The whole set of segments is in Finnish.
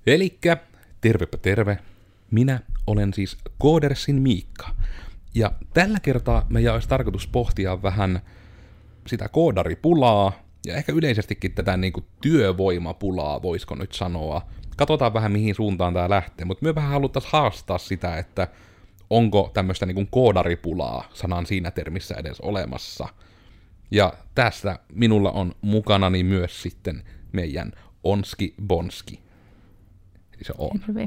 Elikkä, tervepä terve. Minä olen siis Koodersin Miikka. Ja tällä kertaa meidän olisi tarkoitus pohtia vähän sitä koodaripulaa, ja ehkä yleisestikin tätä niinku työvoimapulaa, voisiko nyt sanoa. Katsotaan vähän mihin suuntaan tää lähtee, mutta me vähän haluttaisiin haastaa sitä, että onko tämmöistä niinku koodaripulaa sanan siinä termissä edes olemassa. Ja tässä minulla on mukanani myös sitten meidän Onski Bonski. Eli se on. Terve.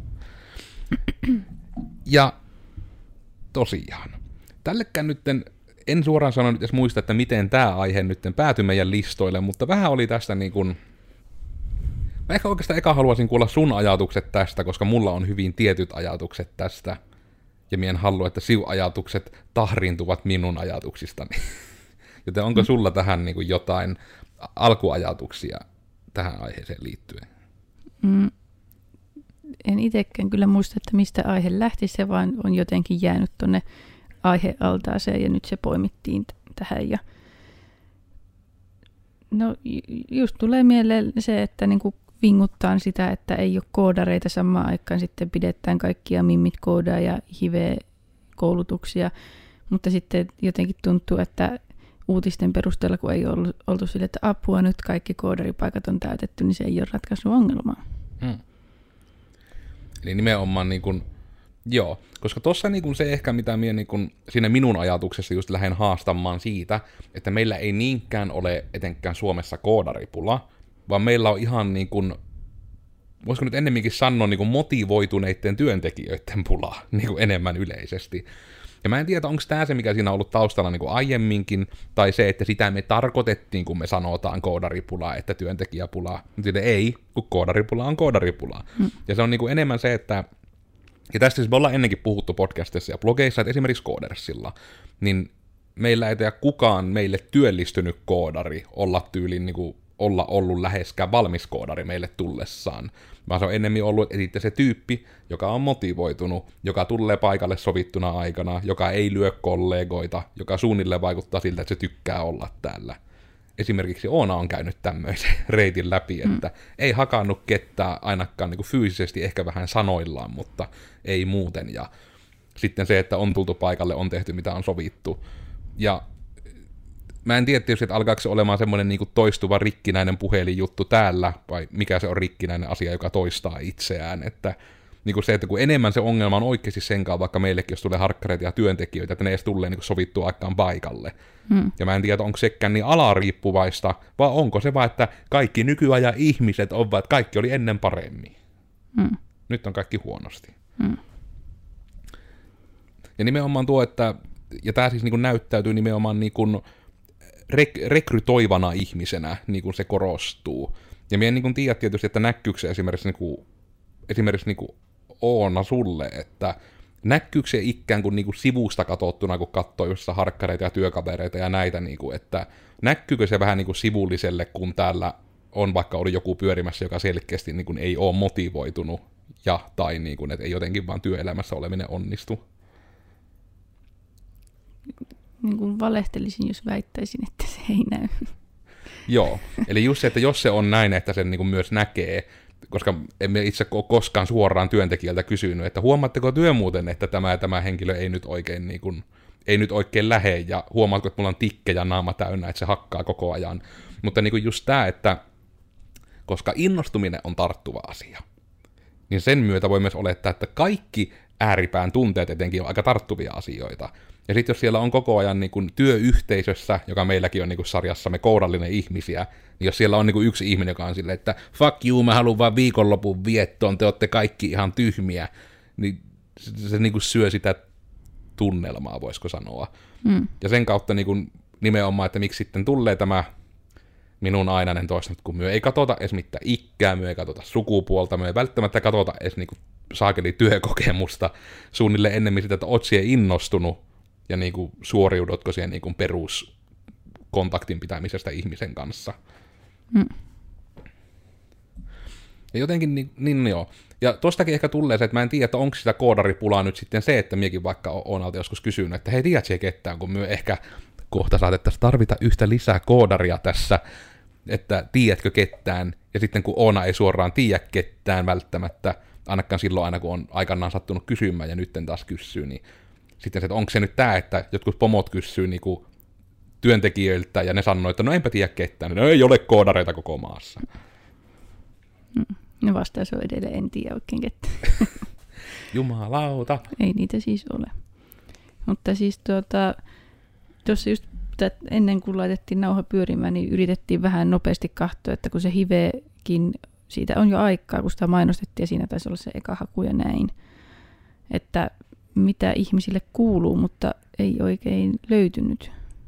Ja tosiaan, tällekään nyt en suoraan sano nyt edes muista, että miten tämä aihe nyt päätyi meidän listoille, mutta vähän oli tästä niin kuin... Mä ehkä oikeastaan eka haluaisin kuulla sun ajatukset tästä, koska mulla on hyvin tietyt ajatukset tästä. Ja mien halua, että ajatukset tahriintuvat minun ajatuksistani. Joten onko sulla tähän niin kuin jotain alkuajatuksia tähän aiheeseen liittyen? En itsekään kyllä muista, että mistä aihe lähti, se vaan on jotenkin jäänyt tonne aihealtaaseen ja nyt se poimittiin tähän. Ja no just tulee mieleen se, että niinku vinguttaan sitä, että ei ole koodareita samaan aikaan, sitten pidetään kaikkia mimmit koodaa ja hive-koulutuksia, mutta sitten jotenkin tuntuu, että uutisten perusteella, kun ei oltu sille, että apua nyt kaikki koodaripaikat on täytetty, niin se ei ole ratkaissut ongelmaa. Eli nimenomaan niin kuin, joo, koska tuossa niin se ehkä mitä minä niin siinä minun ajatuksessa just lähden haastamaan siitä, että meillä ei niinkään ole etenkään Suomessa koodaripula, vaan meillä on ihan niin kuin, voisiko nyt ennemminkin sanoa niin kuin motivoituneiden työntekijöiden pula niin kuin enemmän yleisesti. Ja mä en tiedä, onko tämä se, mikä siinä on ollut taustalla niin kuin aiemminkin, tai se, että sitä me tarkoitettiin, kun me sanotaan koodaripulaa, että työntekijäpulaa. Mutta ei, kun koodaripula on koodaripulaa. Ja se on niin kuin enemmän se, että, ja tästä siis me ollaan ennenkin puhuttu podcastissa ja blogeissa, että esimerkiksi Koodersilla, niin meillä ei tehdä kukaan meille työllistynyt koodari olla tyylin niin kuin olla ollut läheskään valmis koodari meille tullessaan, vaan se on ennemmin ollut että se tyyppi, joka on motivoitunut, joka tulee paikalle sovittuna aikana, joka ei lyö kollegoita, joka suunnilleen vaikuttaa siltä, että se tykkää olla täällä. Esimerkiksi Oona on käynyt tämmöisen reitin läpi, että ei hakannut ketään ainakaan niin kuin fyysisesti, ehkä vähän sanoillaan, mutta ei muuten. Ja sitten se, että on tultu paikalle, on tehty mitä on sovittu. Ja mä en tiedä tietysti, että alkaako se olemaan semmoinen niin kuin toistuva rikkinäinen puhelinjuttu täällä, vai mikä se on rikkinäinen asia, joka toistaa itseään, että niin kuin se, että kun enemmän se ongelma on oikeasti senkaan, vaikka meillekin, jos tulee harkkareita ja työntekijöitä, että ne edes tulee niin kuin sovittua aikaan paikalle. Ja mä en tiedä, onko sekään niin alariippuvaista, vai onko se vaan, että kaikki nykyajan ihmiset ovat, että kaikki oli ennen paremmin. Nyt on kaikki huonosti. Ja nimenomaan tuo, että, ja tämä siis niin kuin näyttäytyy nimenomaan niin kuin rekrytoivana ihmisenä, niin kuin se korostuu. Ja minä en niin tiedä tietysti, että näkyykö se esimerkiksi niin kuin Oona sulle, että näkyykö se ikään kuin sivusta katsottuna, kun katsoo just harkkareita ja työkavereita ja näitä, niin kuin, että näkyykö se vähän niin kuin sivulliselle, kun täällä on vaikka ollut joku pyörimässä, joka selkeästi niin kuin ei ole motivoitunut, tai niin kuin, että ei jotenkin vaan työelämässä oleminen onnistu. Niin kuin valehtelisin, jos väittäisin, että se ei näy. Joo, eli just se, että jos se on näin, että sen niin kuin myös näkee, koska emme itse ole koskaan suoraan työntekijältä kysynyt, että huomaatteko työ muuten, että tämä henkilö ei nyt oikein, niin kuin, ei nyt oikein lähe, ja huomaatko, että mulla on tikkejä naama täynnä, että se hakkaa koko ajan. Mutta niin kuin just tämä, että koska innostuminen on tarttuva asia, niin sen myötä voi myös olettaa, että kaikki ääripään tunteet etenkin on aika tarttuvia asioita. Ja sitten jos siellä on koko ajan niin kun työyhteisössä, joka meilläkin on niin kun sarjassamme kourallinen ihmisiä, niin jos siellä on niin kun yksi ihminen, joka on silleen, että fuck you, mä haluan vaan viikonlopun viettoon, te olette kaikki ihan tyhmiä, niin se niin kun syö sitä tunnelmaa, voisiko sanoa. Ja sen kautta niin kun nimenomaan, että miksi sitten tulee tämä minun ainainen toista, kun me ei katsota edes mitään ikää, me ei katsota sukupuolta, me ei välttämättä katsota edes niin saakeli työkokemusta suunnilleen ennemmin sitä, että oot siihen innostunut, ja niinku suoriudutko siihen niinku peruskontaktin pitämisestä ihmisen kanssa. Ja jotenkin, niin joo. Ja tostakin ehkä tulee se, että mä en tiedä, että onko sitä koodaripulaa nyt sitten se, että miekin vaikka Oonalta joskus kysynyt, että hei, tiedät siihen ketään, kun me ehkä kohta saatettaisiin tarvita yhtä lisää koodaria tässä, että tiedätkö ketään, ja sitten kun Oona ei suoraan tiedä ketään välttämättä, ainakaan silloin aina kun on aikanaan sattunut kysymään ja nytten taas kysyy, niin sitten se, että onko se nyt tämä, että jotkut pomot kysyy niinku työntekijöiltä ja ne sanoo, että no enpä tiedä ketään, no ei ole koodareita koko maassa. Ne vastaus on edelleen, en tiedä oikein ketään. Jumalauta. Ei niitä siis ole. Mutta siis tuossa just ennen kuin laitettiin nauha pyörimään, niin yritettiin vähän nopeasti katsoa, että kun se hivekin, siitä on jo aikaa, kun sitä mainostettiin ja siinä taisi olla se eka haku ja näin, että mitä ihmisille kuuluu, mutta ei oikein löytynyt.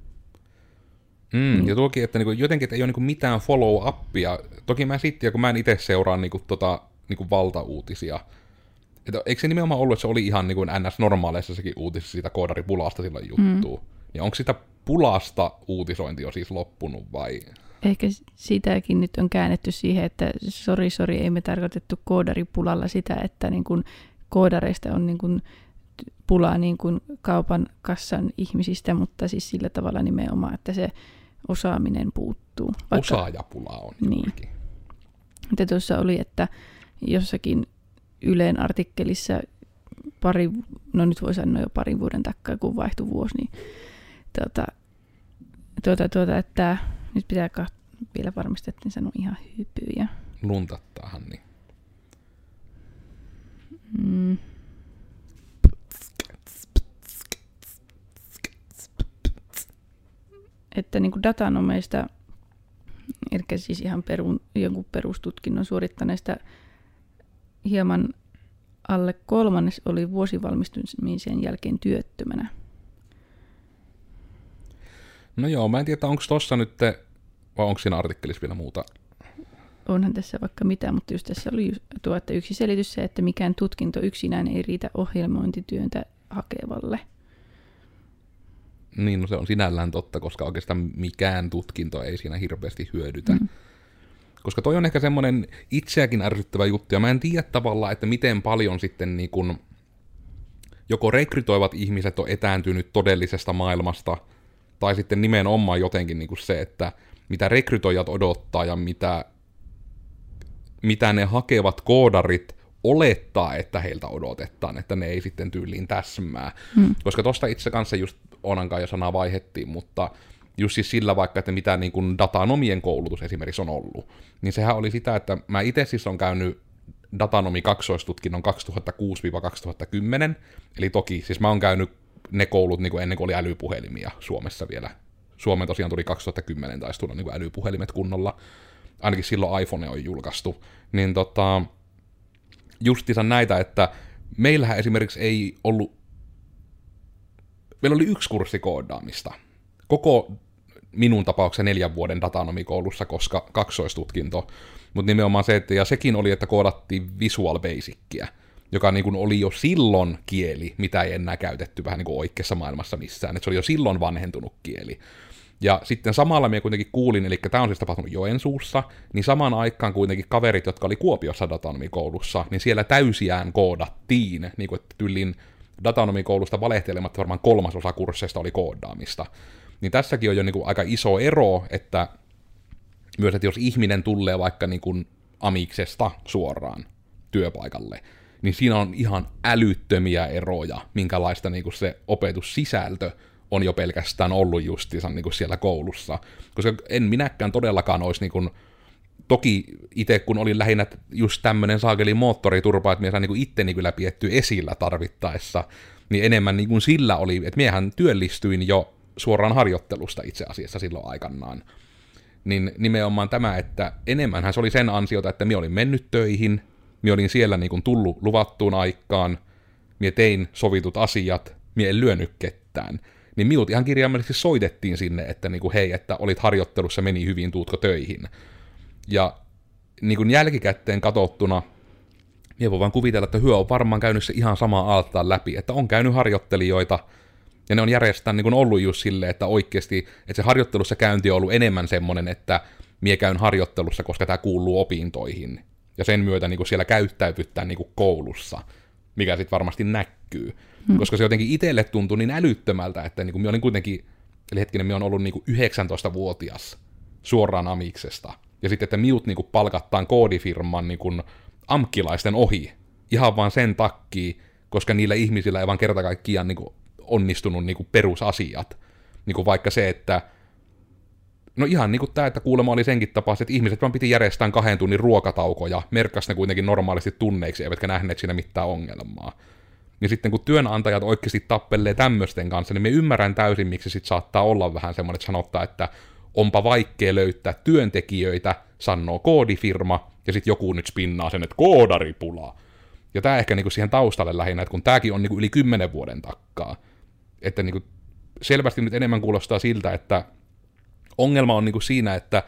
Ja tuokin, että niinku, jotenkin että ei ole niinku mitään follow-upia. Toki mä sitten, kun mä en itse seuraa niinku, valtauutisia. Että eikö se nimenomaan ollut, että se oli ihan niinku NS-normaaleissakin uutisissa siitä koodaripulasta silloin juttuun? Ja onko sitä pulasta uutisointi jo siis loppunut vai? Ehkä sitäkin nyt on käännetty siihen, että sori, ei me tarkoitettu koodaripulalla sitä, että niin kuin koodareista on niin kuin pulaa niin kuin kaupan kassan ihmisistä, mutta siis sillä tavalla nimenomaan, että se osaaminen puuttuu. Osaajapula on juurikin. Niin. Että tuossa oli, että jossakin Ylen artikkelissa nyt voi sanoa jo parin vuoden takaa, kun vaihtui vuosi, niin että nyt pitää vielä varmistaa, että en sano ihan hypyjä. Luntattaahan niin. Että niin kuin datanomeista, eli siis ihan jonkun perustutkinnon suorittaneista hieman alle 1/3 oli vuosivalmistumisen jälkeen työttömänä. No joo, mä en tiedä, onko tossa nyt, vai onko siinä artikkelissa vielä muuta? Onhan tässä vaikka mitä, mutta just tässä oli tuo, että yksi selitys se, että mikään tutkinto yksinään ei riitä ohjelmointityöntä hakevalle. Niin, no se on sinällään totta, koska oikeastaan mikään tutkinto ei siinä hirveästi hyödytä. Koska toi on ehkä semmoinen itseäkin ärsyttävä juttu, ja mä en tiedä tavallaan, että miten paljon sitten niin kun joko rekrytoivat ihmiset on etääntynyt todellisesta maailmasta, tai sitten nimenomaan jotenkin niin kuin se, että mitä rekrytoijat odottaa ja mitä ne hakevat koodarit olettaa, että heiltä odotetaan, että ne ei sitten tyyliin täsmää. Koska tosta itse kanssa just Onankaan jo sanaa vaihettiin, mutta just siis sillä vaikka, että mitä niin kuin datanomien koulutus esimerkiksi on ollut, niin sehän oli sitä, että mä itse siis on käynyt datanomi kaksoistutkinnon 2006-2010, eli toki siis mä oon käynyt ne koulut niin kuin ennen kuin oli älypuhelimia Suomessa vielä. Suomeen tosiaan tuli 2010, taisi tulla niin kuin älypuhelimet kunnolla, ainakin silloin iPhone on julkaistu, niin justiinsa näitä, että meillähän esimerkiksi ei ollut, meillä oli 1 kurssi koodaamista. Koko minun tapauksessa 4 vuoden datanomikoulussa, koska kaksoistutkinto, mutta nimenomaan se, että ja sekin oli, että koodattiin Visual Basicia, joka niin kuin oli jo silloin kieli, mitä ei enää käytetty vähän niin kuin oikeassa maailmassa missään, että se oli jo silloin vanhentunut kieli. Ja sitten samalla minä kuitenkin kuulin, eli tämä on siis tapahtunut Joensuussa, niin samaan aikaan kuitenkin kaverit, jotka oli Kuopiossa datanomikoulussa, niin siellä täysiään koodattiin, niin kuin että tyllin datanomikoulusta valehtelematta varmaan 3/3 kursseista oli koodaamista. Niin tässäkin on jo niin kuin aika iso ero, että myös, että jos ihminen tulee vaikka niin kuin amiksesta suoraan työpaikalle, niin siinä on ihan älyttömiä eroja, minkälaista niin kuin se opetussisältö on jo pelkästään ollut justiinsa niin kuin siellä koulussa. Koska en minäkään todellakaan olisi, niin kuin, toki itse kun olin lähinnä just tämmöinen saakelin moottoriturpa, että minä sain niin itteni kyllä piettyä esillä tarvittaessa, niin enemmän niin kuin sillä oli, että miehän työllistyin jo suoraan harjoittelusta itse asiassa silloin aikanaan. Niin nimenomaan tämä, että enemmänhän se oli sen ansiota, että minä olin mennyt töihin, minä olin siellä niin kuin tullut luvattuun aikaan, minä tein sovitut asiat, minä en lyönyt ketään. Niin minut ihan kirjaimellisesti soitettiin sinne, että niin kuin, hei, että olit harjoittelussa, meni hyvin, tuutko töihin. Ja niin kuin jälkikäteen katsottuna, minä voin vaan kuvitella, että hyö on varmaan käynyt se ihan sama alttaan läpi, että on käynyt harjoittelijoita, ja ne on järjestään niin kuin ollut just silleen, että oikeasti, että se harjoittelussa käynti on ollut enemmän semmoinen, että minä käyn harjoittelussa, koska tämä kuuluu opintoihin. Ja sen myötä niin kuin siellä käyttäytyttää niin kuin koulussa, mikä sitten varmasti näkyy. Koska se jotenkin itselle tuntui niin älyttömältä, että niin kuin minä olin kuitenkin, eli hetkinen, minä olen ollut niin kuin 19-vuotias suoraan amiksesta. ja sitten, että miut niin kuin palkattaan koodifirman niin kuin amkkilaisten ohi, ihan vaan sen takia, koska niillä ihmisillä ei vaan kerta kaikkiaan niin kuin onnistunut niin kuin perusasiat. Niin kuin vaikka se, että no ihan niin kuin tämä, että kuulemma oli senkin tapaus, että ihmiset vaan piti järjestää 2 tunnin ruokataukoja, merkkasi ne kuitenkin normaalisti tunneiksi, eivätkä nähneet siinä mitään ongelmaa. Ja sitten kun työnantajat oikeasti tappelee tämmöisten kanssa, niin me ymmärrän täysin, miksi sit saattaa olla vähän semmoinen, että sanottaa, että onpa vaikea löytää työntekijöitä, sanoo koodifirma, ja sitten joku nyt spinnaa sen, että koodaripula. Ja tämä ehkä niinku siihen taustalle lähinnä, että kun tämäkin on niinku yli 10 vuoden takkaa, että niinku selvästi nyt enemmän kuulostaa siltä, että ongelma on niinku siinä, että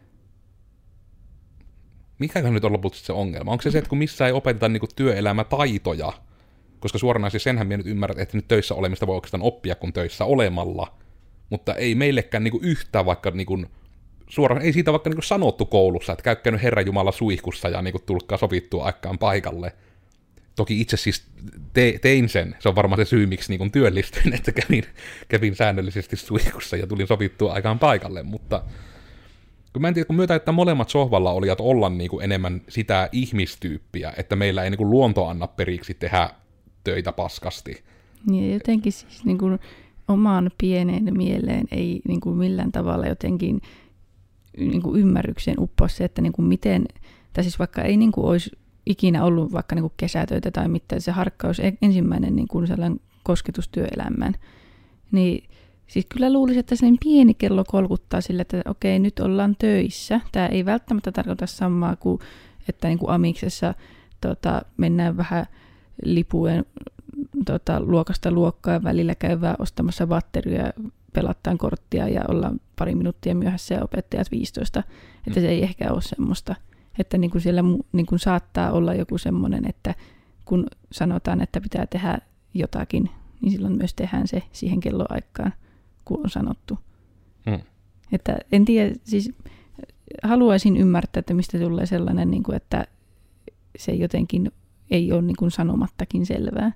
mikäköhän nyt on lopulta se ongelma? Onko se, että kun missään ei opeteta niinku työelämätaitoja, koska suoranaisesti senhän minä nyt ymmärrän, että nyt töissä olemista voi oikeastaan oppia kuin töissä olemalla, mutta ei meillekään niinku yhtään vaikka niinku suoraan, ei siitä vaikka niinku sanottu koulussa, että käy käynyt Herran Jumala suihkussa ja niinku tulkaa sovittua aikaan paikalle. Toki itse siis tein sen, se on varmaan se syy, miksi niinku työllistyin, että kävin säännöllisesti suihkussa ja tulin sovittua aikaan paikalle, mutta kun mä en tiedä, kun myötä, että molemmat sohvalla olijat olla niinku enemmän sitä ihmistyyppiä, että meillä ei niinku luonto anna periksi tehdä töitä paskasti. Ja jotenkin siis niin kuin omaan pieneen mieleen ei niin kuin millään tavalla jotenkin niin kuin ymmärrykseen uppoa se, että niin kuin miten, tai siis vaikka ei niin kuin olisi ikinä ollut vaikka niin kuin kesätöitä tai mitään, se harkkaus ensimmäinen niin kuin sellainen kosketus työelämään, niin siis kyllä luulisin, että sellainen pieni kello kolkuttaa sille, että okei, nyt ollaan töissä. Tämä ei välttämättä tarkoita samaa kuin, että niin kuin amiksessa mennään vähän lipuen luokasta luokkaan, välillä käyvää ostamassa batteria, pelataan korttia ja ollaan pari minuuttia myöhässä ja opettajat 15. Että se ei ehkä ole semmoista, että niin kuin siellä niin kuin saattaa olla joku semmoinen, että kun sanotaan, että pitää tehdä jotakin, niin silloin myös tehdään se siihen kelloaikaan, kun on sanottu. Että en tiedä, siis haluaisin ymmärtää, että mistä tulee sellainen, niin kuin, että se jotenkin ei ole niin kuin sanomattakin selvää.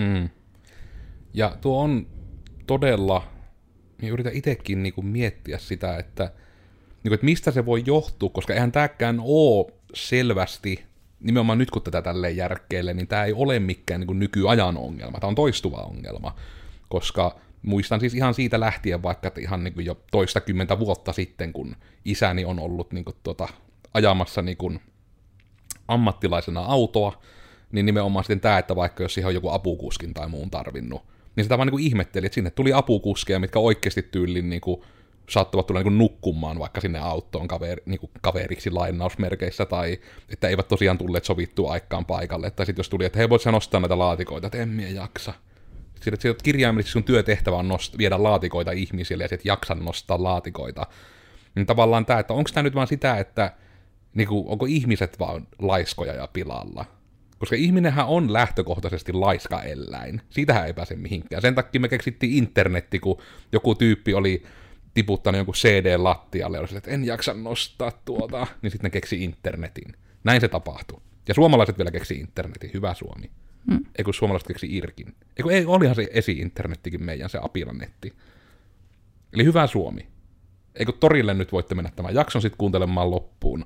Ja tuo on todella, niin yritän itsekin niin kuin miettiä sitä, että, niin kuin, että mistä se voi johtua, koska eihän tämäkään ole selvästi, nimenomaan nyt kun tätä tälleen järkkeelle, niin tämä ei ole mikään niin kuin nykyajan ongelma, tämä on toistuva ongelma, koska muistan siis ihan siitä lähtien vaikka, että ihan niin kuin jo toistakymmentä vuotta sitten, kun isäni on ollut niin kuin ajamassa niin kuin ammattilaisena autoa, niin nimenomaan sitten tämä, että vaikka jos siihen on joku apukuskin tai muun tarvinnut, niin sitä vaan niin kuin ihmetteli, että sinne tuli apukuskeja, mitkä oikeasti tyylin niin kuin saattavat tulla niin kuin nukkumaan vaikka sinne autoon niin kuin kaveriksi lainausmerkeissä, tai että eivät tosiaan tulleet sovittua aikaan paikalle, tai sitten jos tuli, että hei, voit sä nostaa näitä laatikoita, että en minä jaksa. Sitten että kirjaimellisesti sun työtehtävä on viedä laatikoita ihmisille, ja sitten jaksa nostaa laatikoita. Niin tavallaan tämä, että onko tämä nyt vaan sitä, että niin kuin, onko ihmiset vaan laiskoja ja pilalla? Koska ihminenhän on lähtökohtaisesti laiska eläin. Siitähän ei pääse mihinkään. Sen takia me keksittiin internetti, kun joku tyyppi oli tiputtanut jonkun CD-lattialle, ja oli että en jaksa nostaa tuota, niin sitten ne keksi internetin. Näin se tapahtui. Ja suomalaiset vielä keksi internetin. Hyvä Suomi. Eikö suomalaiset keksi Irkin? Ei, olihan se esi-internettikin meidän, se Apila-netti. Eli hyvä Suomi. Eikö torille nyt voitte mennä tämän jakson sitten kuuntelemaan loppuun?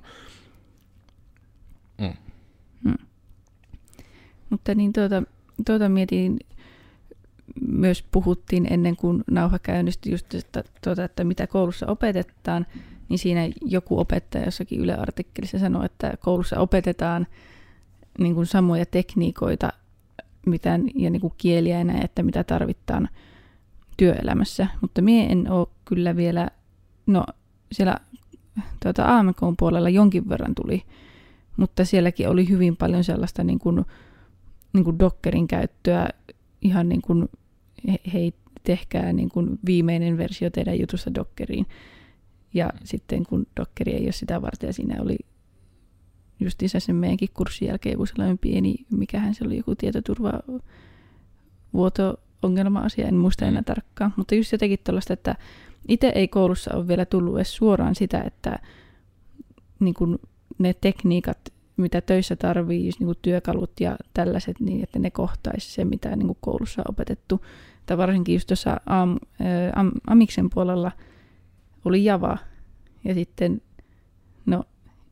Mutta niin mietin, myös puhuttiin ennen kuin nauha käynnistyi just että mitä koulussa opetetaan, niin siinä joku opettaja jossakin Yle artikkelissa sanoi, että koulussa opetetaan niin kuin samoja tekniikoita ja niin kuin kieliä ja näin, että mitä tarvitaan työelämässä. Mutta mie en ole kyllä vielä, no siellä AMK:n puolella jonkin verran tuli, mutta sielläkin oli hyvin paljon sellaista niin kuin Dockerin käyttöä, ihan niin kuin hei, tehkää niin kuin viimeinen versio teidän jutusta Dockeriin. Ja sitten kun Dockeri ei ole sitä varten, ja siinä oli justiinsa sen meidänkin kurssin jälkeen joku sellainen pieni, mikähän se oli, joku tietoturvavuoto-ongelma-asia, en muista enää tarkkaan. Mutta just jotenkin tuollaista, että itse ei koulussa ole vielä tullut edes suoraan sitä, että niin kuin ne tekniikat, mitä töissä tarvii, just niin kuin työkalut ja tällaiset, niin että ne kohtaisi se, mitä niin kuin koulussa on opetettu. Tai varsinkin just tuossa Amiksen puolella oli Java, ja sitten, no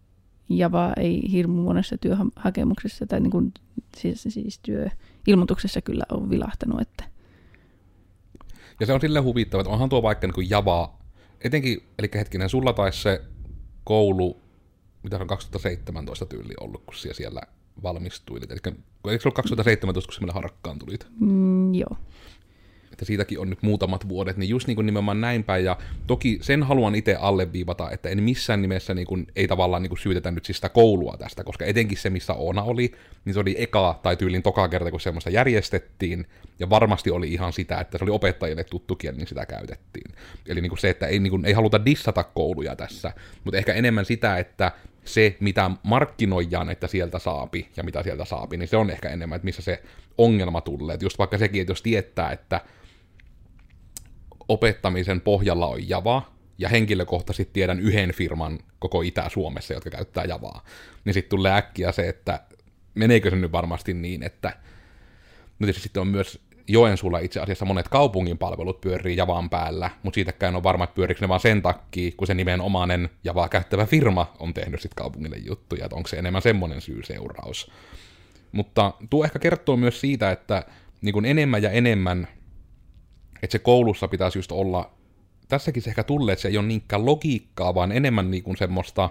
Javaa ei hirmu monessa työhakemuksessa tai niin kuin, siis työilmoituksessa kyllä on vilahtanut. Että. Ja se on silleen huvittava, että onhan tuo vaikka niin kuin Java, etenkin, eli hetkinen, sulla taisi se koulu, mitä on 2017 tyyli ollut, kun siellä valmistuilit. Eli eikö se ollut 2017, kun se meille Harkkaan tulit? Joo. Että siitäkin on nyt muutamat vuodet, niin just niin kuin nimenomaan näin päin, ja toki sen haluan itse alleviivata, että en missään nimessä niin kuin, ei tavallaan niin kuin syytetä nyt siis sitä koulua tästä, koska etenkin se, missä Oona oli, niin se oli eka tai tyylin toka kerta, kun semmoista järjestettiin, ja varmasti oli ihan sitä, että se oli opettajille tuttu kieli, niin sitä käytettiin. Eli niin kuin se, että ei, niin kuin, ei haluta dissata kouluja tässä, mutta ehkä enemmän sitä, että se, mitä markkinoidaan, että sieltä saapi, ja mitä sieltä saapi, niin se on ehkä enemmän, että missä se ongelma tulee. Että just vaikka sekin, että jos tietää, että opettamisen pohjalla on Java, ja henkilökohtaisesti tiedän yhden firman koko Itä-Suomessa, jotka käyttää Javaa, niin sitten tulee äkkiä se, että meneekö se nyt varmasti niin, että no sitten on myös Joensuulla itse asiassa monet kaupungin palvelut pyörii Javan päällä, mutta siitäkään en ole varma, että pyöriikö ne vaan sen takia, kun se nimenomainen Javaa käyttävä firma on tehnyt sitten kaupungille juttuja, että onko se enemmän semmoinen syy-seuraus. Mutta tuo ehkä kertoo myös siitä, että niin kuin enemmän ja enemmän, että se koulussa pitäisi just olla, tässäkin se ehkä tulee, että se ei ole niinkään logiikkaa, vaan enemmän niin kuin semmoista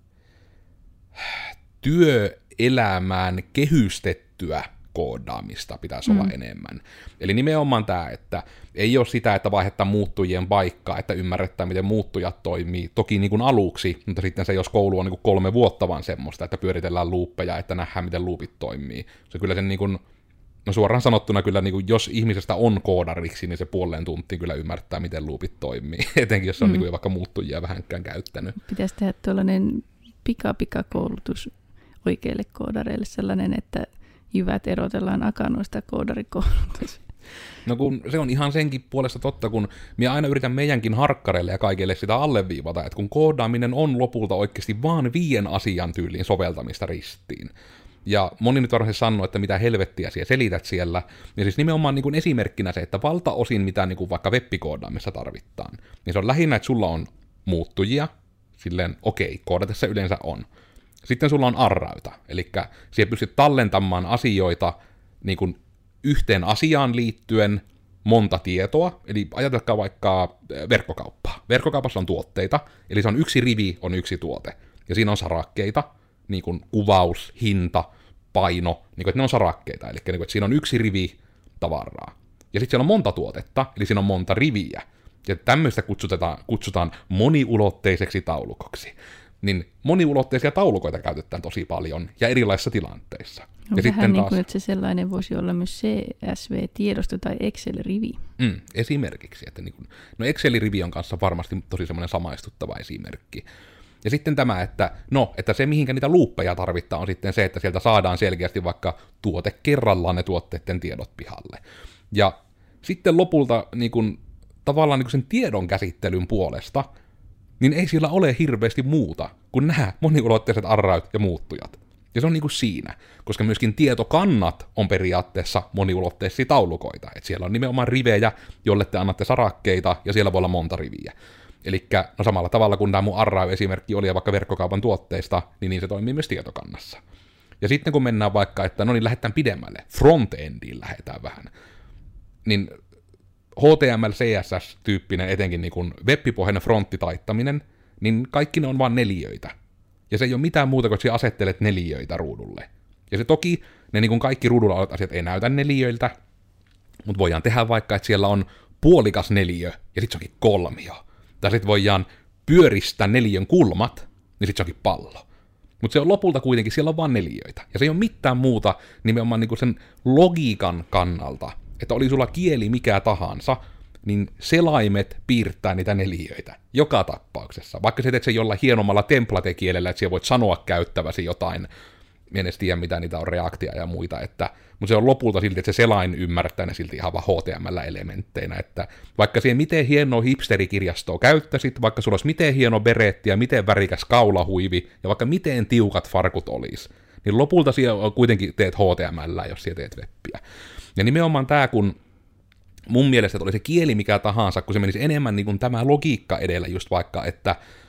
työelämään kehystettyä koodaamista pitäisi olla enemmän. Eli nimenomaan tämä, että ei ole sitä, että vaihdetaan muuttujien paikkaa, että ymmärretään, miten muuttujat toimii, toki niin kuin aluksi, mutta sitten se, jos koulu on niin kuin 3 vuotta vaan semmoista, että pyöritellään luuppeja, että nähdään, miten luupit toimii. Se kyllä sen niin kuin, no suoraan sanottuna kyllä, niin kuin, jos ihmisestä on koodariksi, niin se puoleen tuntiin kyllä ymmärtää, miten loopit toimii, etenkin jos on niin kuin, vaikka muuttujia vähänkään käyttänyt. Pitäisi tehdä tuollainen pika-koulutus oikeille koodareille, sellainen, että jyvät erotellaan akanoista koodarikoulutus. No kun se on ihan senkin puolesta totta, kun minä aina yritän meidänkin harkkareille ja kaikille sitä alleviivata, että kun koodaaminen on lopulta oikeasti vaan 5 asian tyyliin soveltamista ristiin. Ja moni nyt varmasti sanoo, että mitä helvettiä siellä selität siellä, niin siis nimenomaan niin kuin esimerkkinä se, että valtaosin mitä niin kuin vaikka web-koodaamissa tarvitaan, niin se on lähinnä, että sulla on muuttujia, silleen okei, koodatessa yleensä on. Sitten sulla on arrauta, eli siellä pystyt tallentamaan asioita niin kuin yhteen asiaan liittyen monta tietoa, eli ajatelkaa vaikka verkkokauppaa. Verkkokaupassa on tuotteita, eli se on yksi rivi, on yksi tuote, ja siinä on sarakkeita, niin kuin kuvaus, hinta, paino, niin kuin, että ne on sarakkeita, eli niin kuin, että siinä on yksi rivi tavaraa. Ja sitten siellä on monta tuotetta, eli siinä on monta riviä, ja tämmöistä kutsutaan moniulotteiseksi taulukoksi. Niin moniulotteisia taulukoita käytetään tosi paljon ja erilaisissa tilanteissa. On ja vähän sitten niin taas, kuin, että se sellainen voisi olla myös CSV-tiedosto tai Excel-rivi. Esimerkiksi, että niin kuin, no Excel-rivi on kanssa varmasti tosi semmoinen samaistuttava esimerkki. Ja sitten tämä, että se mihinkä niitä luuppeja tarvittaa on sitten se, että sieltä saadaan selkeästi vaikka tuote kerrallaan ne tuotteiden tiedot pihalle. Ja sitten lopulta niin kuin, tavallaan niin kuin sen tiedon käsittelyn puolesta, niin ei siellä ole hirveästi muuta kuin nämä moniulotteiset arraut ja muuttujat. Ja se on niin kuin siinä, koska myöskin tietokannat on periaatteessa moniulotteisia taulukoita. Että siellä on nimenomaan rivejä, jolle te annatte sarakkeita, ja siellä voi olla monta riviä. Elikkä no samalla tavalla kuin tämä mun arrau-esimerkki oli vaikka verkkokaupan tuotteista, niin se toimii myös tietokannassa. Ja sitten kun mennään vaikka, että no niin lähdetään pidemmälle, front-endiin lähdetään vähän, niin HTML, CSS-tyyppinen etenkin niin kuin web-pohjainen fronttitaittaminen, niin kaikki ne on vaan neliöitä. Ja se ei ole mitään muuta kuin, että asettelet neliöitä ruudulle. Ja se toki, ne niin kuin kaikki ruudulla olevat asiat ei näytä neliöiltä, mutta voidaan tehdä vaikka, että siellä on puolikas neliö, ja sitten se onkin kolmio. Tai sitten voidaan pyöristää neliön kulmat, niin sitten se onkin pallo. Mutta se on lopulta kuitenkin, siellä on vaan neliöitä. Ja se ei ole mitään muuta nimenomaan niin kuin sen logiikan kannalta, että oli sulla kieli mikä tahansa, niin selaimet piirtää niitä neliöitä joka tapauksessa. Vaikka sä teet sen jollain hienommalla template-kielellä, että siellä voit sanoa käyttäväsi jotain, en edes tiedä mitä niitä on, reaktia ja muita, mutta se on lopulta silti, että se selain ymmärtää ne silti ihan vaan HTML-elementteinä, että vaikka siihen miten hienoa hipsterikirjastoa käyttäisit, vaikka sulla olisi miten hieno beretti ja miten värikäs kaulahuivi ja vaikka miten tiukat farkut olisi, niin lopulta siellä kuitenkin teet HTML, jos siellä teet webbiä. Ja nimenomaan tämä, kun mun mielestä oli se kieli mikä tahansa, kun se menisi enemmän niin kuin tämä logiikka edellä just vaikka, että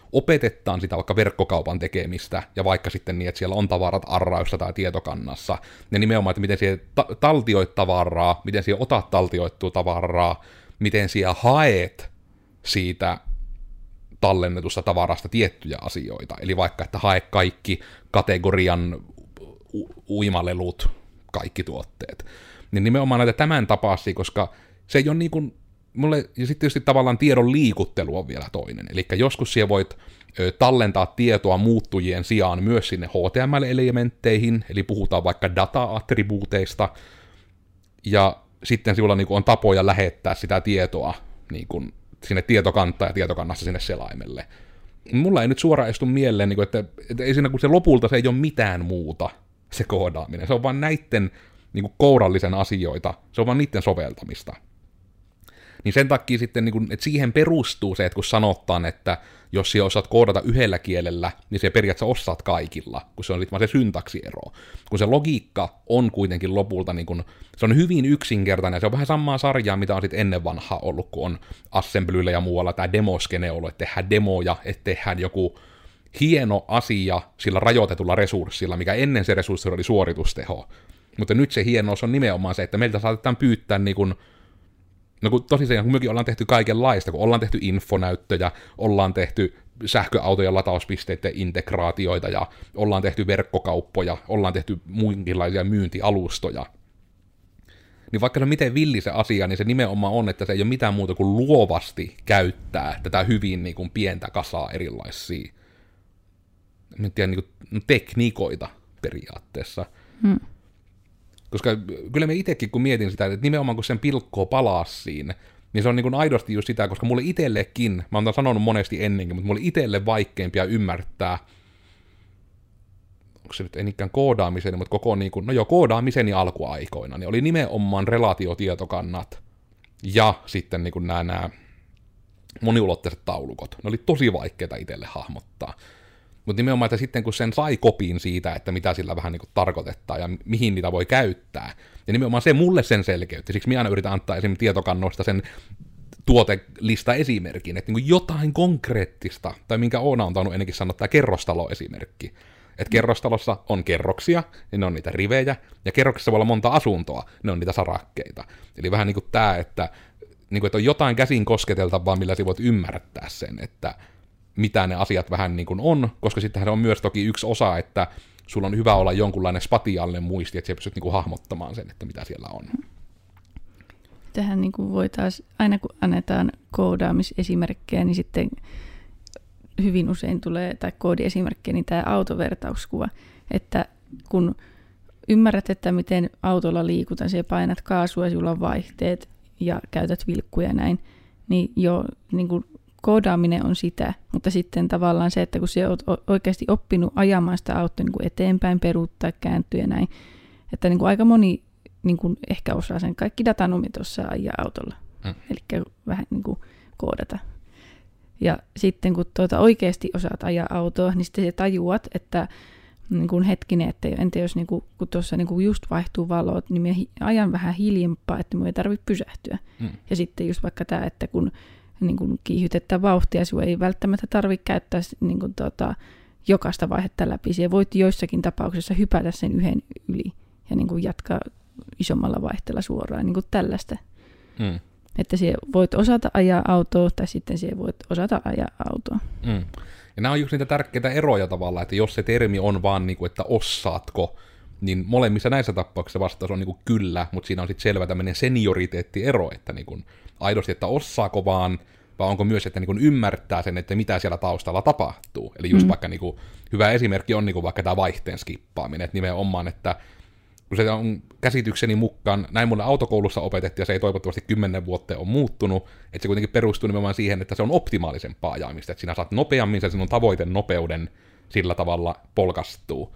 opetetaan sitä vaikka verkkokaupan tekemistä, ja vaikka sitten niin, että siellä on tavarat arraussa tai tietokannassa, ja nimenomaan, että miten siellä taltioit tavaraa, miten siellä otat taltioittua tavaraa, miten siellä haet siitä tallennetusta tavarasta tiettyjä asioita, eli vaikka, että hae kaikki kategorian uimalelut, kaikki tuotteet, niin nimenomaan näitä tämän tapaisia, koska se ei ole niin kuin mulle, ja sitten tietysti tavallaan tiedon liikuttelu on vielä toinen. Eli joskus siellä voit tallentaa tietoa muuttujien sijaan myös sinne HTML-elementteihin, eli puhutaan vaikka data-attribuuteista, ja sitten sinulla niin on tapoja lähettää sitä tietoa niin kuin sinne tietokantaan ja tietokannassa sinne selaimelle. Mulla ei nyt suoraan estu mieleen, että ei siinä, kun se lopulta se ei ole mitään muuta, se koodaaminen. Se on vaan näitten niin kourallisen asioita, se on vaan niiden soveltamista. Niin sen takia sitten, että siihen perustuu se, että kun sanotaan, että jos sinä osaat koodata yhdellä kielellä, niin se periaatteessa osaat kaikilla, kun se on sitten vaan se syntaksiero. Kun se logiikka on kuitenkin lopulta, se on hyvin yksinkertainen, ja se on vähän samaa sarjaa, mitä on sitten ennen vanhaa ollut, kun on Assemblyllä ja muualla tämä demoskene ollut, että tehdään demoja, että tehdään joku hieno asia sillä rajoitetulla resurssilla, mikä ennen se resurssi oli suoritusteho. Mutta nyt se hienous on nimenomaan se, että meiltä saatetaan pyytää no kun tosiaan, kun mekin ollaan tehty kaikenlaista, kun ollaan tehty infonäyttöjä, ollaan tehty sähköautojen latauspisteiden integraatioita ja ollaan tehty verkkokauppoja, ollaan tehty muinkinlaisia myyntialustoja. Niin vaikka se on miten villi se asia, niin se nimenomaan on, että se ei ole mitään muuta kuin luovasti käyttää tätä hyvin niin kuin pientä kasaa erilaisia tekniikoita periaatteessa. Koska kyllä me itsekin, kun mietin sitä, että nimenomaan kun sen pilkkoo palassiin, niin se on niin kuin aidosti just sitä, koska mulle itsellekin, mä oon sanonut monesti ennenkin, mutta mulle itselle vaikeimpia ymmärtää, onko se nyt ei niinkään koodaamisen, mutta koko niin kuin, koodaamiseni alkuaikoina, niin oli nimenomaan relaatiotietokannat ja sitten niin kuin nämä moniulotteiset taulukot. Ne oli tosi vaikeita itselle hahmottaa. Mutta nimenomaan, että sitten kun sen sai kopin siitä, että mitä sillä vähän niin kuin tarkoittaa ja mihin niitä voi käyttää, ja nimenomaan se mulle sen selkeytti. Siksi minä aina yritän antaa esimerkiksi tietokannoista sen tuotelista esimerkin, että niin kuin jotain konkreettista, tai minkä Oona on tainnut ennenkin sanoa, tämä kerrostalo-esimerkki. Että kerrostalossa on kerroksia, niin ne on niitä rivejä, ja kerroksissa voi olla monta asuntoa, ne on niitä sarakkeita. Eli vähän niin kuin tämä, että on jotain käsin kosketeltavaa, millä sä voit ymmärtää sen, että mitä ne asiat vähän niin kuin on, koska sittenhän se on myös toki yksi osa, että sulla on hyvä olla jonkunlainen spatiaalinen muisti, että sä pystyt niin kuin hahmottamaan sen, että mitä siellä on. Tähän niin kuin voi taas, aina kun annetaan koodaamisesimerkkejä, niin sitten hyvin usein tulee, tai koodiesimerkkejä, niin tämä autovertauskuva, että kun ymmärrät, että miten autolla liikutaan, siellä painat kaasua ja sulla on vaihteet ja käytät vilkkuja ja näin, niin jo niin kuin koodaaminen on sitä, mutta sitten tavallaan se, että kun sä oot oikeasti oppinut ajamaan sitä autoa niin kuin eteenpäin, peruuttaa, kääntyä ja näin, että niin kuin aika moni niin kuin ehkä osaa sen kaikki datanomit osaa ajaa autolla, eli vähän niin kuin koodata. Ja sitten kun oikeasti osaat ajaa autoa, niin sitten sä tajuat, että niin kuin hetkinen, että entä jos niin kuin, kun tuossa niin kuin just vaihtuu valot, niin minä ajan vähän hiljempaa, että minun ei tarvitse pysähtyä. Ja sitten just vaikka tämä, että kun niin kuin kiihytetään vauhtia, sinun ei välttämättä tarvitse käyttää niin kuin jokaista vaihetta läpi. Siellä voit joissakin tapauksissa hypätä sen yhden yli ja niin kuin jatkaa isommalla vaihteella suoraan, niin kuin tällaista. Että siellä voit osata ajaa autoa tai sitten siellä voit osata ajaa autoa. Ja nämä on just niitä tärkeitä eroja tavallaan, että jos se termi on vaan, niin kuin, että osaatko, niin molemmissa näissä tapauksissa vastaus on niin kuin kyllä, mutta siinä on sitten selvä tämmöinen senioriteettiero, että niin kuin aidosti, että osaako vaan, vai onko myös, että niin kuin ymmärtää sen, että mitä siellä taustalla tapahtuu. Eli just vaikka niin kuin, hyvä esimerkki on niin kuin vaikka tämä vaihteen skippaaminen, että nimenomaan, että kun se on käsitykseni mukaan, näin mulle autokoulussa opetettiin, ja se ei toivottavasti 10 vuotta ole muuttunut, että se kuitenkin perustuu nimenomaan siihen, että se on optimaalisempaa ajamista, että sinä saat nopeammin sen sinun tavoitenopeuden sillä tavalla polkastuu.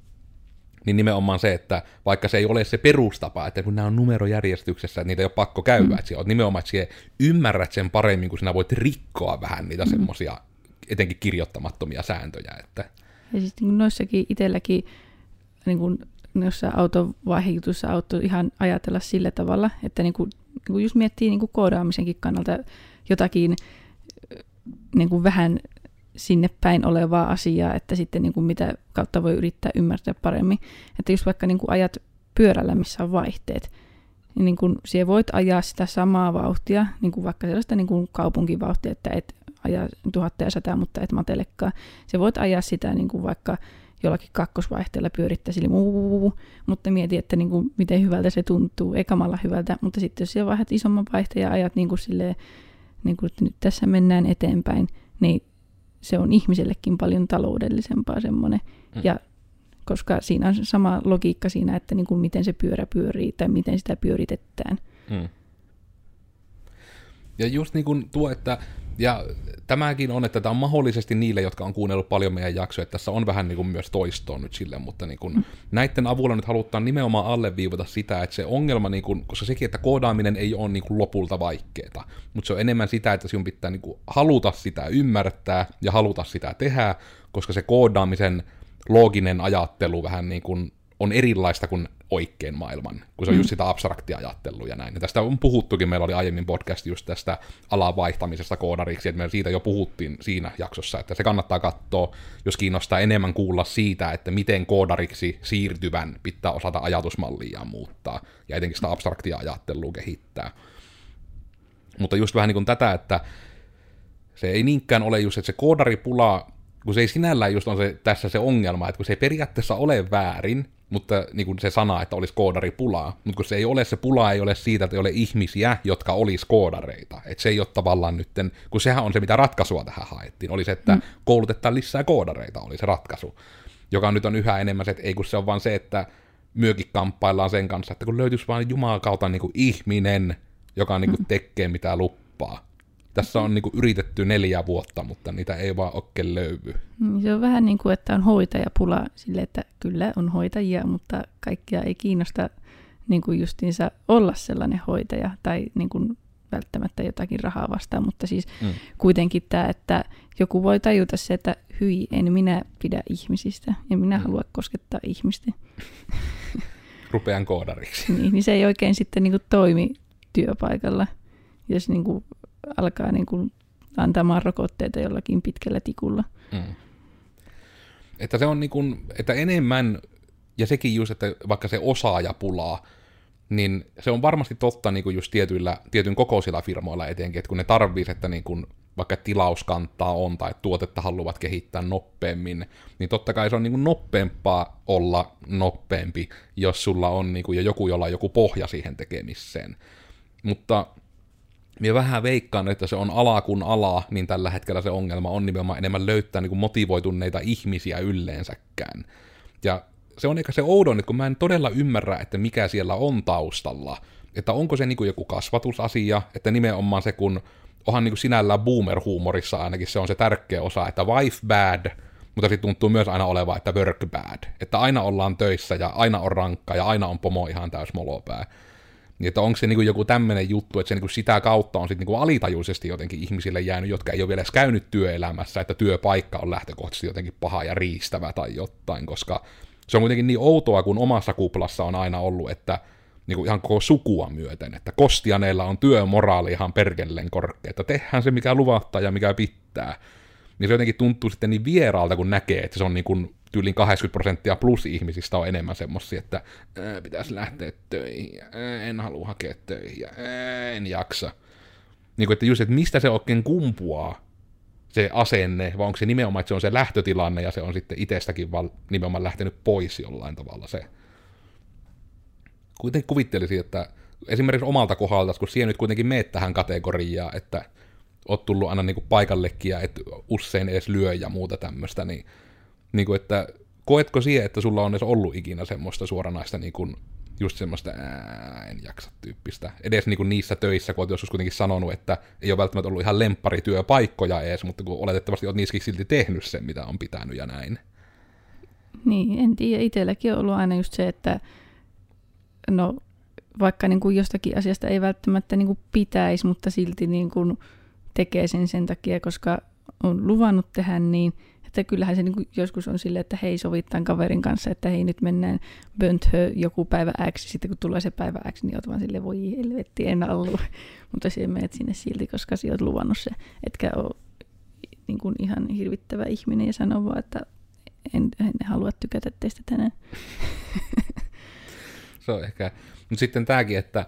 Niin nimenomaan se, että vaikka se ei ole se perustapa, että kun nämä on numerojärjestyksessä, että niitä ei ole pakko käydä, että sinä nimenomaan, että sinä ymmärrät sen paremmin, kun sinä voit rikkoa vähän niitä semmoisia etenkin kirjoittamattomia sääntöjä. Että. Ja sitten noissakin itselläkin niin kun jossain autovaihejutussa auttoi ihan ajatella sillä tavalla, että niin kuin just miettii niin kuin koodaamisenkin kannalta jotakin niin kuin vähän sinne päin olevaa asiaa, että sitten niin kuin mitä kautta voi yrittää ymmärtää paremmin. Että just vaikka niin kuin ajat pyörällä, missä on vaihteet, niin kuin siellä voit ajaa sitä samaa vauhtia, niin kuin vaikka sellaista niin kuin kaupunkivauhtia, että et aja 1100, mutta et matelekaan. Se voit ajaa sitä niin kuin vaikka jollakin kakkosvaihteella pyörittää sille mutta mieti, että niin kuin, miten hyvältä se tuntuu, ei kamalla hyvältä, mutta sitten jos siellä vaihdat isomman vaihteen ja ajat niin kuin silleen, niin kuin, että nyt tässä mennään eteenpäin, niin se on ihmisellekin paljon taloudellisempaa semmoinen. Ja koska siinä on sama logiikka siinä, että niin kuin miten se pyörä pyörii tai miten sitä pyöritetään. Ja just niin kuin tuo, että ja tämäkin on, että tämä on mahdollisesti niille, jotka on kuunnellut paljon meidän jaksoja, että tässä on vähän niin kuin myös toistoa nyt silleen, mutta niin kuin näiden avulla nyt halutaan nimenomaan alleviivata sitä, että se ongelma, niin kuin, koska sekin, että koodaaminen ei ole niin kuin lopulta vaikeaa, mutta se on enemmän sitä, että sinun pitää niin kuin haluta sitä ymmärtää ja haluta sitä tehdä, koska se koodaamisen looginen ajattelu vähän niin kuin on erilaista kuin oikein maailman, kun se on just sitä abstraktia ajattelua ja näin. Ja tästä on puhuttukin, meillä oli aiemmin podcast just tästä alan vaihtamisesta koodariksi, että me siitä jo puhuttiin siinä jaksossa, että se kannattaa katsoa, jos kiinnostaa enemmän kuulla siitä, että miten koodariksi siirtyvän pitää osata ajatusmallia muuttaa, ja etenkin sitä abstraktia ajattelua kehittää. Mutta just vähän niin kuin tätä, että se ei niinkään ole just, että se koodaripula, kun se ei sinällään just on se, tässä se ongelma, että kun se ei periaatteessa ole väärin, mutta niin kuin se sana, että olisi koodaripulaa, mutta kun se ei ole, se pula ei ole siitä, että ei ole ihmisiä, jotka olisi koodareita. Että se ei ole tavallaan nytten, kun sehän on se, mitä ratkaisua tähän haettiin, oli se, että koulutetaan lisää koodareita, oli se ratkaisu. Joka nyt on yhä enemmän se, että ei kun se on vaan se, että myökin kamppaillaan sen kanssa, että kun löytyisi vaan Jumalan kautta niin kuin ihminen, joka niin kuin tekee mitä luppaa. Tässä on niin kuin yritetty 4 vuotta, mutta niitä ei vaan oikein löydy. Se on vähän niin kuin, että on hoitajapula sille, että kyllä on hoitajia, mutta kaikkia ei kiinnosta niin kuin justiinsa olla sellainen hoitaja tai niin kuin välttämättä jotakin rahaa vastaan, mutta siis kuitenkin tämä, että joku voi tajuta se, että hyi, en minä pidä ihmisistä, en minä halua koskettaa ihmistä. Rupean koodariksi. Niin se ei oikein sitten niin kuin toimi työpaikalla, jos niin kuin alkaa niin kuin antamaan rokotteita jollakin pitkällä tikulla. Että se on niin kuin, että enemmän, ja sekin just, että vaikka se osaajapulaa, niin se on varmasti totta niin kuin just tietyn kokoisilla firmoilla etenkin, että kun ne tarvitsisi, että niin kuin vaikka tilauskantaa on tai tuotetta haluavat kehittää nopeammin, niin totta kai se on niin kuin nopeampaa olla nopeampi, jos sulla on niin kuin jo joku, jolla on joku pohja siihen tekemiseen. Mutta minä vähän veikkaan, että se on ala kuin ala, niin tällä hetkellä se ongelma on nimenomaan enemmän löytää niin kuin motivoituneita ihmisiä ylleensäkään. Ja se on ehkä se oudon, että kun mä en todella ymmärrä, että mikä siellä on taustalla. Että onko se niin kuin joku kasvatusasia, että nimenomaan se, kun onhan niin kuin sinällään boomer-huumorissa ainakin se on se tärkeä osa, että wife bad, mutta sitten tuntuu myös aina oleva, että work bad. Että aina ollaan töissä ja aina on rankkaa ja aina on pomo ihan täys molopää. Niin, että onko se niin kuin joku tämmöinen juttu, että se niin kuin sitä kautta on sitten niin kuin alitajuisesti jotenkin ihmisille jäänyt, jotka ei ole vielä edes käynyt työelämässä, että työpaikka on lähtökohtaisesti jotenkin paha ja riistävä tai jotain, koska se on kuitenkin niin outoa, kun omassa kuplassa on aina ollut, että niin kuin ihan koko sukua myöten, että kostianeilla on työmoraali ihan perkelleen korkea, että tehdään se, mikä luvattaa ja mikä pitää. Niin se jotenkin tuntuu sitten niin vieraalta, kun näkee, että se on niin kuin tyylin 80% plus ihmisistä on enemmän semmosia, että pitäisi lähteä töihin, en halua hakea töihin, en jaksa. Niin kuin, että just, että mistä se oikein kumpuaa, se asenne, vai onko se nimenomaan, että se on se lähtötilanne, ja se on sitten itsestäkin vaan nimenomaan lähtenyt pois jollain tavalla se. Kuitenkin kuvittelisin, että esimerkiksi omalta kohdalta, kun siellä nyt kuitenkin meet tähän kategoriaan, että oot tullut aina niin kuin paikallekin, ja et usein edes lyö ja muuta tämmöistä, niin kuin, että koetko siihen, että sulla on edes ollut ikinä semmoista suoranaista niin kuin, just semmoista en jaksa tyyppistä. Edes niin kuin niissä töissä, kun olet joskus kuitenkin sanonut, että ei ole välttämättä ollut ihan lempparityöpaikkoja edes, mutta kun oletettavasti olet niissäkin silti tehnyt sen, mitä on pitänyt ja näin. Niin, en tiedä. Itselläkin on ollut aina just se, että no vaikka niin kuin jostakin asiasta ei välttämättä niin kuin pitäisi, mutta silti niin kuin tekee sen takia, koska on luvannut tehdä niin, että kyllähän se niin kuin joskus on silleen, että hei, sovittaan kaverin kanssa, että hei, nyt mennään Bönthö joku päivä X, sitten kun tulee se päivä X, niin oot vaan silleen, voi helvetti, en halua. Mutta sinä menet sinne silti, koska sinä oot luvannut se, etkä ole niin kuin ihan hirvittävä ihminen ja sanoo vaan, että en halua tykätä teistä tänään. Se on ehkä. Mutta sitten tämäkin, että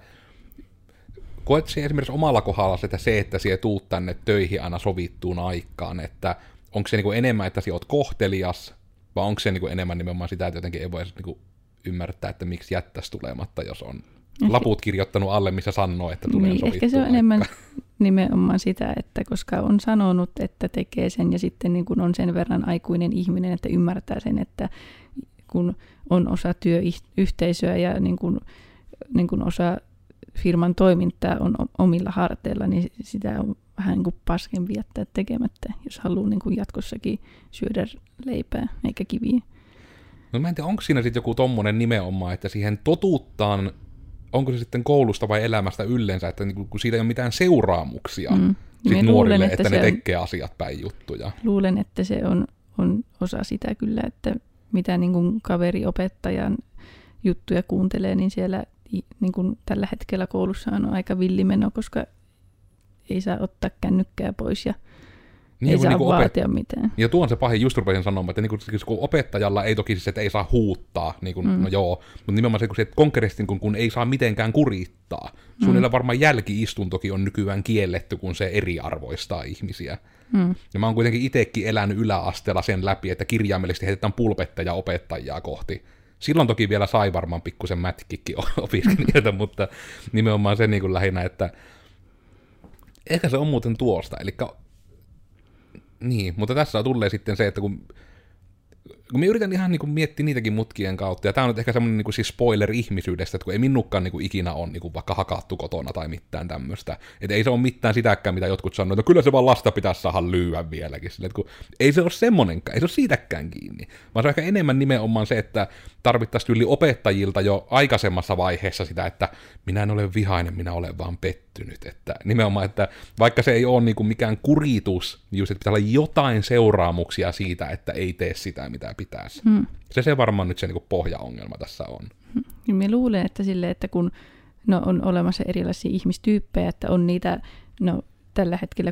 koet sinä esimerkiksi omalla kohdalla se, että sinä tuut tänne töihin aina sovittuun aikaan, että onko se niinku enemmän, että sinä olet kohtelias, vai onko se niinku enemmän nimenomaan sitä, että jotenkin ei voi niinku ymmärtää, että miksi jättäisi tulematta, jos on laput kirjoittanut alle, missä sanoo, että tulee niin, sovittuun ehkä se on aikaan. enemmän nimenomaan sitä, että koska on sanonut, että tekee sen, ja sitten niin kun on sen verran aikuinen ihminen, että ymmärtää sen, että kun on osa työyhteisöä ja niin kun osa firman toimintaa on omilla harteilla, niin sitä on vähän niin kuin paskempi jättää tekemättä, jos haluaa niin kuin jatkossakin syödä leipää eikä kiviä. No mä en tiedä, onko siinä sitten joku tommonen nimenomaan, että siihen totuuttaan, onko se sitten koulusta vai elämästä yleensä, että niin kun siitä ei ole mitään seuraamuksia sit nuorille, luulen, että ne tekee asiat päin juttuja. Luulen, että se on osa sitä kyllä, että mitä niin kuin kaveriopettajan juttuja kuuntelee, niin siellä niin kuin tällä hetkellä koulussa on aika villimeno, koska ei saa ottaa kännykkää pois ja niin, ei saa niin vaatia mitään. Ja tuo on se pahin, just rupesin sanomaan, että niin kun opettajalla ei toki siis, että ei saa huuttaa, niin kuin, no joo, mutta nimenomaan se, että konkreettisesti kun ei saa mitenkään kurittaa. Suunnilleen varmaan jälki-istuntokin on nykyään kielletty, kun se eriarvoistaa ihmisiä. Ja mä oon kuitenkin itsekin elänyt yläasteella sen läpi, että kirjaimellisesti heitetään pulpetteja opettajaa kohti. Silloin toki vielä sai varmaan pikkusen mätkikin opiskelijoita, mutta nimenomaan se niin kuin lähinnä, että ehkä se on muuten tuosta. Elikkä, niin, mutta tässä tulee sitten se, että kun mä yritän ihan niin kuin miettiä niitäkin mutkien kautta, ja tää on nyt ehkä semmoinen niin kuin siis spoiler ihmisyydestä, että kun ei minunkaan niin kuin ikinä ole niin kuin vaikka hakattu kotona tai mitään tämmöistä. Että ei se ole mitään sitäkään, mitä jotkut sanoo, että kyllä se vaan lasta pitäisi saada lyödä vieläkin. Sille, että kun ei se ole semmonenkaan, ei se ole siitäkään kiinni. Vaan se on ehkä enemmän nimenomaan se, että tarvittaisiin yli opettajilta jo aikaisemmassa vaiheessa sitä, että minä en ole vihainen, minä olen vaan pettynyt. Että nimenomaan, että vaikka se ei ole niin kuin mikään kuritus, niin just, että pitää olla jotain seuraamuksia siitä, että ei tee sitä, mitä pitäisi. Se varmaan nyt se niin kuin pohjaongelma tässä on. Minä luulen, että sille, että kun on olemassa erilaisia ihmistyyppejä, että on niitä tällä hetkellä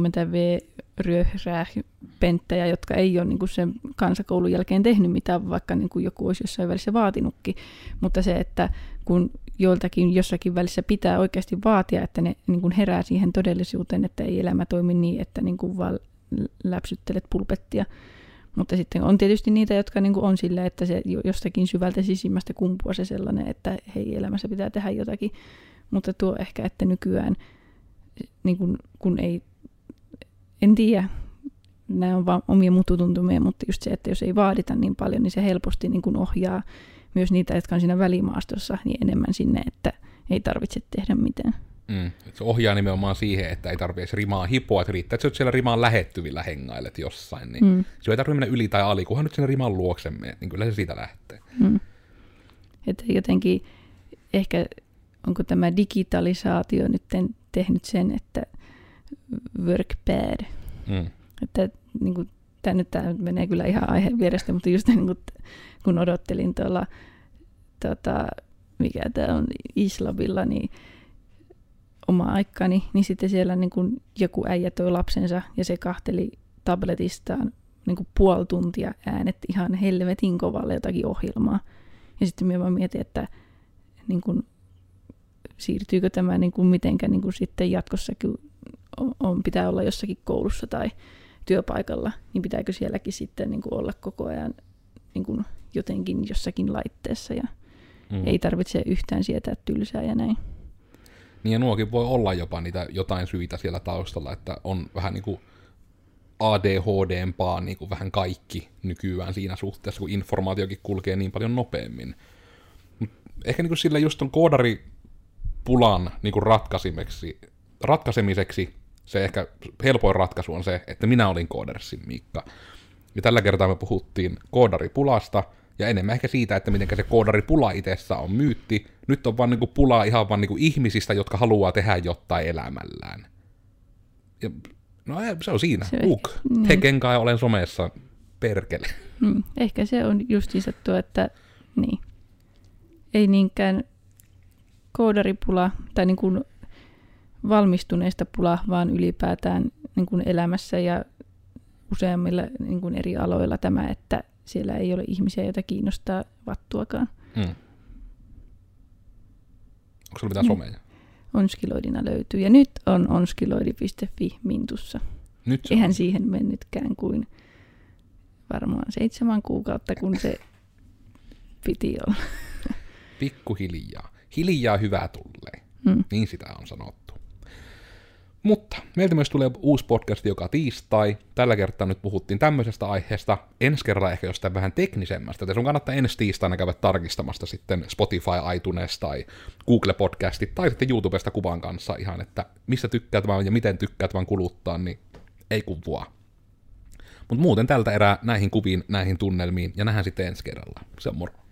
60V-ryöhräpenttejä, jotka ei ole niin kuin sen kansakoulun jälkeen tehnyt mitään, vaikka niin kuin joku olisi jossain välissä vaatinutkin. Mutta se, että kun joiltakin jossakin välissä pitää oikeasti vaatia, että ne niin kuin herää siihen todellisuuteen, että ei elämä toimi niin, että niin kuin vaan läpsyttelet pulpettia. Mutta sitten on tietysti niitä, jotka niin kuin on sillä, että se jostakin syvältä sisimmästä kumpuaa se sellainen, että hei, elämässä pitää tehdä jotakin. Mutta tuo ehkä, että nykyään niin kun ei, en tiedä, nämä on vaan omia mututuntumia, mutta just se, että jos ei vaadita niin paljon, niin se helposti niin kun ohjaa myös niitä, jotka on siinä välimaastossa, niin enemmän sinne, että ei tarvitse tehdä mitään. Se ohjaa nimenomaan siihen, että ei tarvitse rimaa hipoa, että riittää, että sä oot siellä rimaan lähettyvillä hengailet jossain, niin se ei tarvitse mennä yli tai ali, kunhan nyt sen riman luokse menet, niin kyllä se siitä lähtee. Että jotenkin ehkä onko tämä digitalisaatio nyt tehnyt sen, että work bad. Että niin kuin, tämä menee kyllä ihan aiheen vierestä, mutta just niin kuin, kun odottelin tuolla, mikä tämä on, Islabilla, niin oma aikani, niin sitten siellä niin kuin joku äijä toi lapsensa ja se kahteli tabletistaan niin kuin puoli tuntia äänet ihan helvetin kovalle jotakin ohjelmaa. Ja sitten minä vaan mietin, että niin kuin, siirtyykö tämä niin kuin mitenkä niin kuin sitten jatkossakin pitää olla jossakin koulussa tai työpaikalla, niin pitääkö sielläkin sitten niin kuin olla koko ajan niin kuin jotenkin jossakin laitteessa ja ei tarvitse yhtään sietää tylsää ja näin. Niin ja nuokin voi olla jopa niitä jotain syitä siellä taustalla, että on vähän niin kuin ADHD-paa niin kuin vähän kaikki nykyään siinä suhteessa, kun informaatiokin kulkee niin paljon nopeammin. Ehkä niin kuin sillä just on koodaripulan niin kuin ratkaisemiseksi se ehkä helpoin ratkaisu on se, että minä olin koodersin Miikka. Ja tällä kertaa me puhuttiin koodaripulasta, ja enemmän ehkä siitä, että miten se koodaripula itsessä on myytti. Nyt on vaan niinku pulaa ihan vaan niinku ihmisistä, jotka haluaa tehdä jotain elämällään. Ja, no se on siinä. Hekenkaa ja olen somessa. Perkele. Ehkä se on justiinsa tuo, että niin. Ei niinkään koodaripula tai niin kuin valmistuneista pula, vaan ylipäätään niin kuin elämässä ja useammilla niin kuin eri aloilla tämä, että siellä ei ole ihmisiä, joita kiinnostaa vattuakaan. Onko sulla mitään someja? Onskiloidina löytyy. Ja nyt on onskiloidi.fi mintussa. Nyt eihän siihen mennytkään kuin varmaan 7 kuukautta, kun se piti olla. Pikkuhiljaa. Hiljaa hyvää tulee. Niin sitä on sanottu. Mutta meiltä myös tulee uusi podcast joka tiistai. Tällä kertaa nyt puhuttiin tämmöisestä aiheesta. Ensi kerralla ehkä jostain vähän teknisemmästä. Joten sun kannattaa ensi tiistaina käydä tarkistamasta sitten Spotify, iTunes tai Google Podcastit tai sitten YouTubesta kuvan kanssa ihan, että missä tykkäät vaan ja miten tykkäät vaan kuluttaa, niin ei kuvua. Mutta muuten tältä erää näihin kuviin, näihin tunnelmiin ja nähdään sitten ensi kerralla. Se on moro.